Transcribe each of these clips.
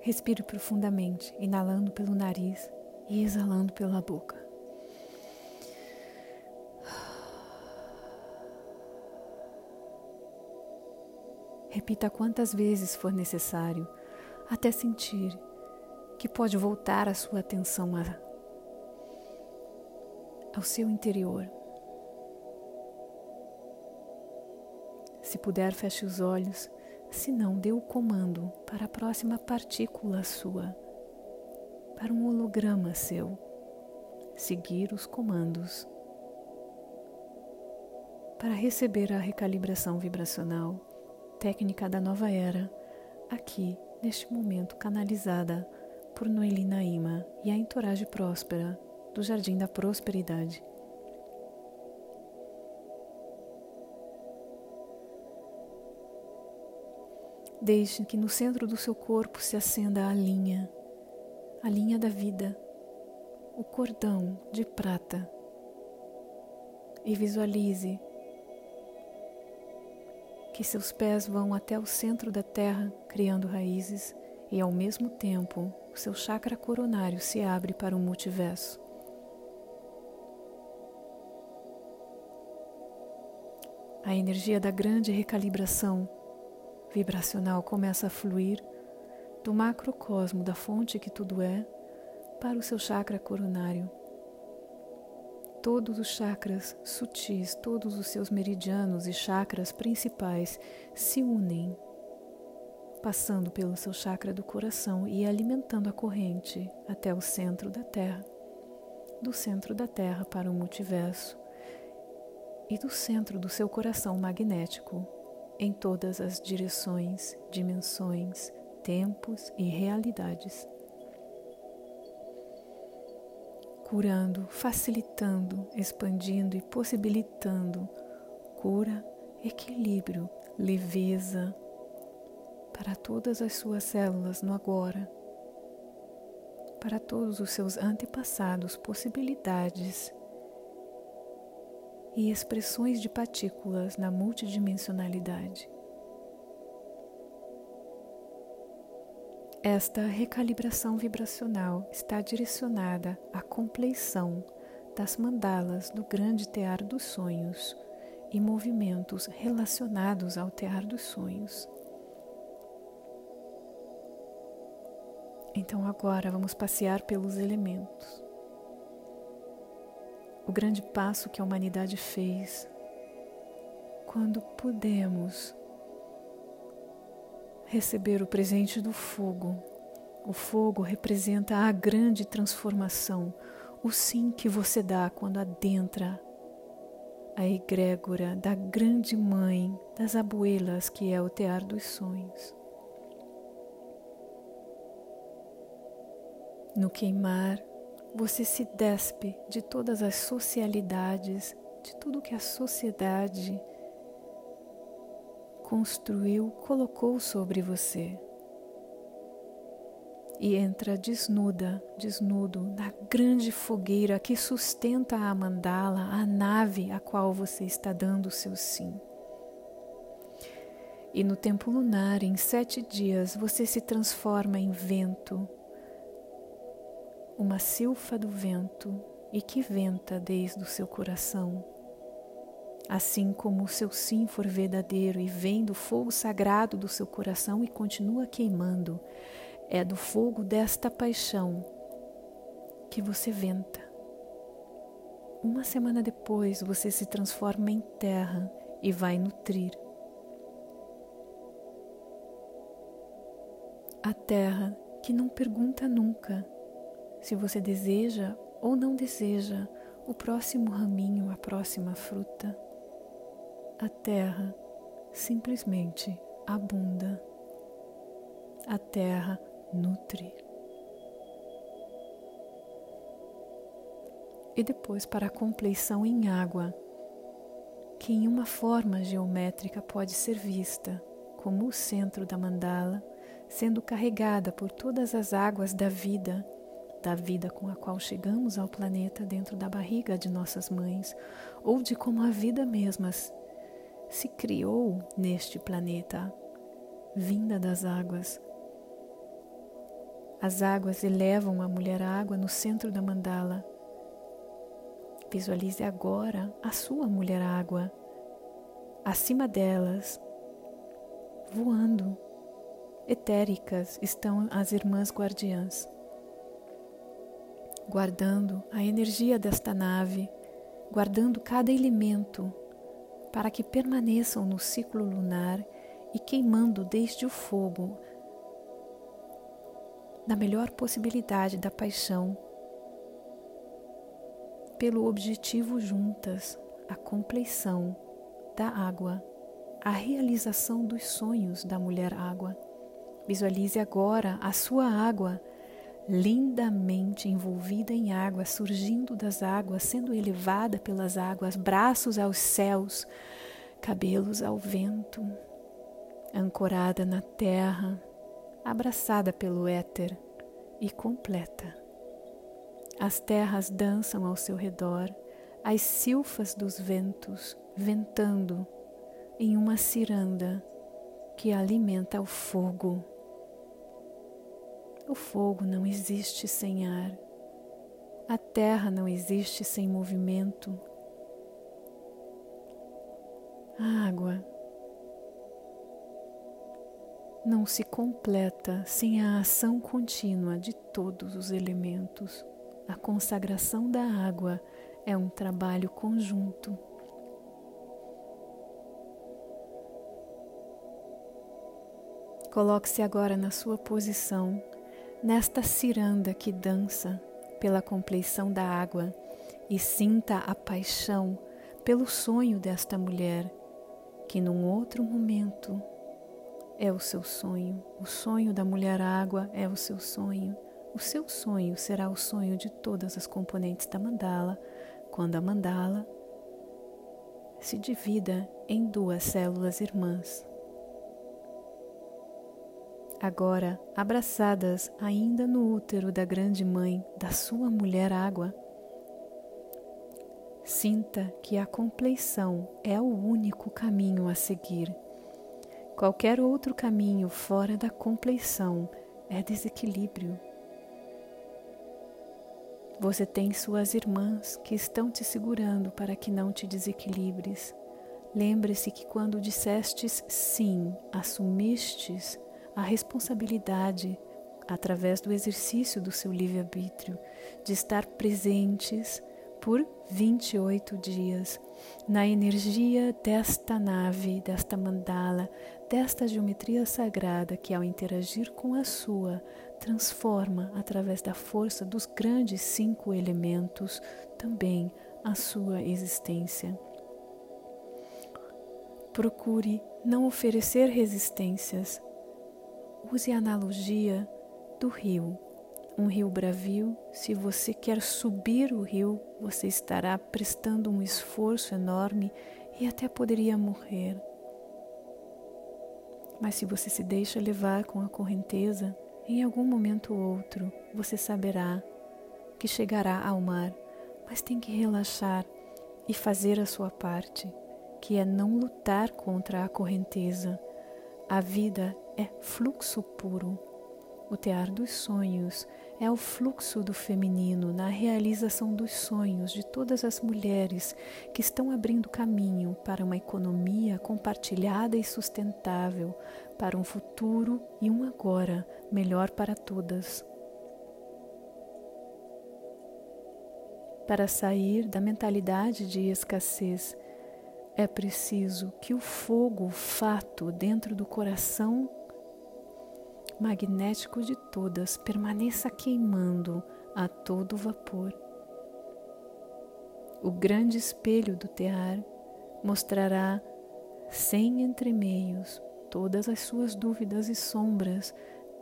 Respire profundamente, inalando pelo nariz e exalando pela boca. Repita quantas vezes for necessário, até sentir que pode voltar a sua atenção ao seu interior. Se puder, feche os olhos, se não, dê o comando para a próxima partícula sua, para um holograma seu, seguir os comandos para receber a recalibração vibracional, técnica da nova era, aqui, neste momento, canalizada por Noeli Naima e a entourage próspera do Jardim da Prosperidade. Deixe que no centro do seu corpo se acenda a linha da vida, o cordão de prata, e visualize que seus pés vão até o centro da terra, criando raízes, e ao mesmo tempo o seu chakra coronário se abre para o multiverso. A energia da grande recalibração vibracional começa a fluir do macrocosmo da fonte que tudo é para o seu chakra coronário. Todos os chakras sutis, todos os seus meridianos e chakras principais se unem, passando pelo seu chakra do coração e alimentando a corrente até o centro da Terra, do centro da Terra para o multiverso e do centro do seu coração magnético em todas as direções, dimensões, tempos e realidades. Curando, facilitando, expandindo e possibilitando cura, equilíbrio, leveza para todas as suas células no agora, para todos os seus antepassados, possibilidades e expressões de partículas na multidimensionalidade. Esta recalibração vibracional está direcionada à compleição das mandalas do grande tear dos sonhos e movimentos relacionados ao tear dos sonhos. Então agora vamos passear pelos elementos. O grande passo que a humanidade fez quando pudemos receber o presente do fogo. O fogo representa a grande transformação, o sim que você dá quando adentra a egrégora da grande mãe das abuelas, que é o tear dos sonhos. No queimar, você se despe de todas as socialidades, de tudo que a sociedade construiu, colocou sobre você. E entra desnudo na grande fogueira que sustenta a mandala, a nave a qual você está dando o seu sim. E no tempo lunar, em 7 dias, você se transforma em vento, uma silfa do vento e que venta desde o seu coração. Assim como o seu sim for verdadeiro e vem do fogo sagrado do seu coração e continua queimando, é do fogo desta paixão que você venta. Uma semana depois você se transforma em terra e vai nutrir. A terra que não pergunta nunca se você deseja ou não deseja o próximo raminho, a próxima fruta. A terra simplesmente abunda. A terra nutre. E depois para a compleição em água, que em uma forma geométrica pode ser vista como o centro da mandala, sendo carregada por todas as águas da vida com a qual chegamos ao planeta dentro da barriga de nossas mães, ou de como a vida mesma se criou neste planeta, vinda das águas. As águas elevam a mulher água no centro da mandala. Visualize agora a sua mulher água. Acima delas, voando, etéricas, estão as irmãs guardiãs, guardando a energia desta nave, guardando cada elemento para que permaneçam no ciclo lunar e queimando desde o fogo da melhor possibilidade da paixão, pelo objetivo juntas, a compleição da água, a realização dos sonhos da mulher água. Visualize agora a sua água lindamente envolvida em água, surgindo das águas, sendo elevada pelas águas, braços aos céus, cabelos ao vento, ancorada na terra, abraçada pelo éter e completa. As terras dançam ao seu redor, as silfas dos ventos ventando em uma ciranda que alimenta o fogo. O fogo não existe sem ar. A terra não existe sem movimento. A água não se completa sem a ação contínua de todos os elementos. A consagração da água é um trabalho conjunto. Coloque-se agora na sua posição, nesta ciranda que dança pela compleição da água, e sinta a paixão pelo sonho desta mulher, que num outro momento é o seu sonho. O sonho da mulher água é o seu sonho. O seu sonho será o sonho de todas as componentes da mandala, quando a mandala se divida em 2 células irmãs. Agora, abraçadas ainda no útero da grande mãe da sua mulher água, sinta que a compleição é o único caminho a seguir. Qualquer outro caminho fora da compleição é desequilíbrio. Você tem suas irmãs que estão te segurando para que não te desequilibres. Lembre-se que quando dissestes sim, assumistes a responsabilidade, através do exercício do seu livre-arbítrio, de estar presentes por 28 dias na energia desta nave, desta mandala, desta geometria sagrada que, ao interagir com a sua, transforma através da força dos grandes 5 elementos também a sua existência. Procure não oferecer resistências. Use a analogia do rio. Um rio bravio, se você quer subir o rio, você estará prestando um esforço enorme e até poderia morrer. Mas se você se deixa levar com a correnteza, em algum momento ou outro, você saberá que chegará ao mar, mas tem que relaxar e fazer a sua parte, que é não lutar contra a correnteza. A vida é fluxo puro. O tear dos sonhos é o fluxo do feminino na realização dos sonhos de todas as mulheres que estão abrindo caminho para uma economia compartilhada e sustentável, para um futuro e um agora melhor para todas. Para sair da mentalidade de escassez, é preciso que o fogo, o fato dentro do coração magnético de todas permaneça queimando a todo vapor. O grande espelho do tear mostrará sem entremeios todas as suas dúvidas e sombras.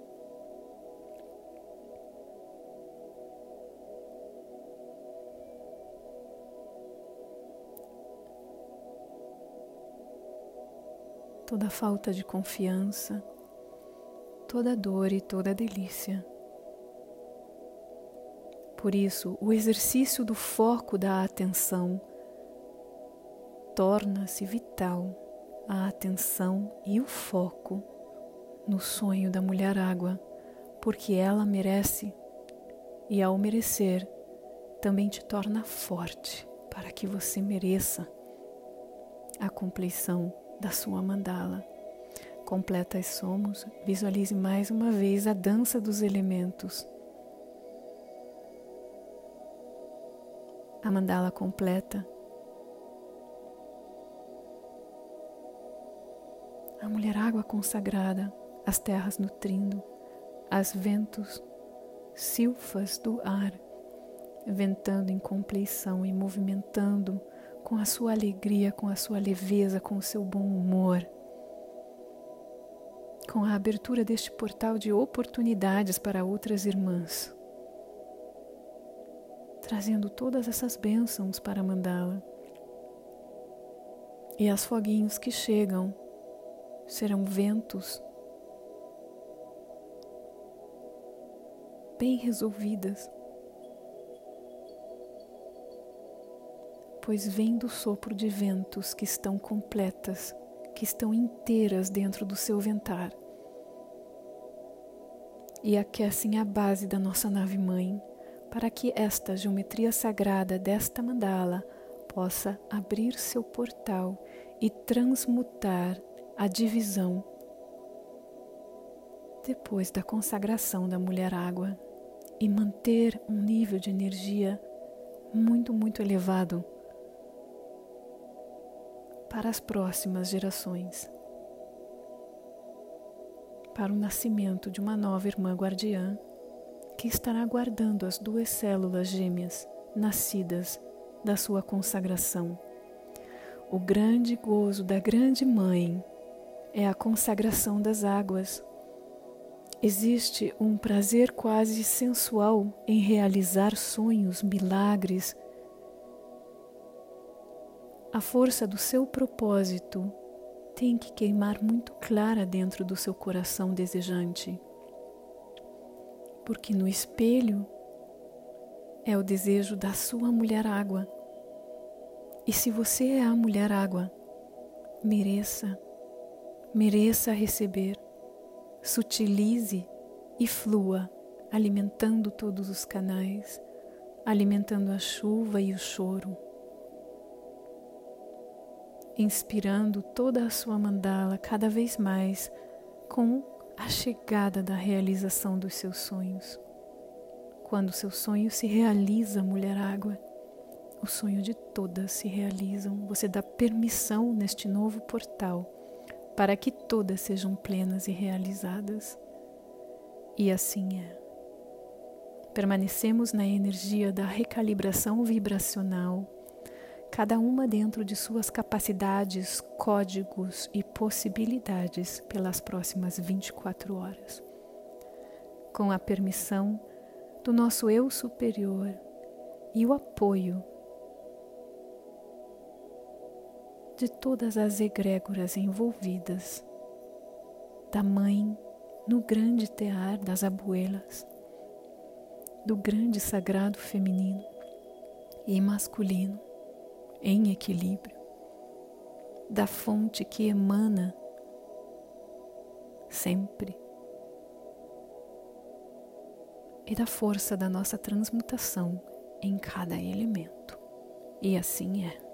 Toda falta de confiança, toda dor e toda delícia. Por isso, o exercício do foco da atenção torna-se vital. A atenção e o foco no sonho da mulher água, porque ela merece, e ao merecer, também te torna forte para que você mereça a compleição da sua mandala. Completas somos, visualize mais uma vez a dança dos elementos. A mandala completa. A mulher água consagrada, as terras nutrindo, as ventos, silfas do ar, ventando em compleição e movimentando com a sua alegria, com a sua leveza, com o seu bom humor, com a abertura deste portal de oportunidades para outras irmãs, trazendo todas essas bênçãos para a mandala. E as foguinhos que chegam serão ventos bem resolvidas, pois vem do sopro de ventos que estão completas, que estão inteiras dentro do seu ventar e aquecem a base da nossa nave-mãe para que esta geometria sagrada desta mandala possa abrir seu portal e transmutar a divisão depois da consagração da mulher água e manter um nível de energia muito, muito elevado para as próximas gerações, para o nascimento de uma nova irmã guardiã que estará guardando as 2 células gêmeas nascidas da sua consagração. O grande gozo da grande mãe é a consagração das águas. Existe um prazer quase sensual em realizar sonhos, milagres. A força do seu propósito tem que queimar muito clara dentro do seu coração desejante. Porque no espelho é o desejo da sua mulher água. E se você é a mulher água, mereça receber. Sutilize e flua, alimentando todos os canais, alimentando a chuva e o choro, inspirando toda a sua mandala cada vez mais com a chegada da realização dos seus sonhos. Quando o seu sonho se realiza, mulher água, o sonho de todas se realizam. Você dá permissão neste novo portal para que todas sejam plenas e realizadas. E assim é. Permanecemos na energia da recalibração vibracional, cada uma dentro de suas capacidades, códigos e possibilidades pelas próximas 24 horas. Com a permissão do nosso eu superior e o apoio de todas as egrégoras envolvidas, da mãe no grande tear das abuelas, do grande sagrado feminino e masculino em equilíbrio, da fonte que emana sempre e da força da nossa transmutação em cada elemento. E assim é.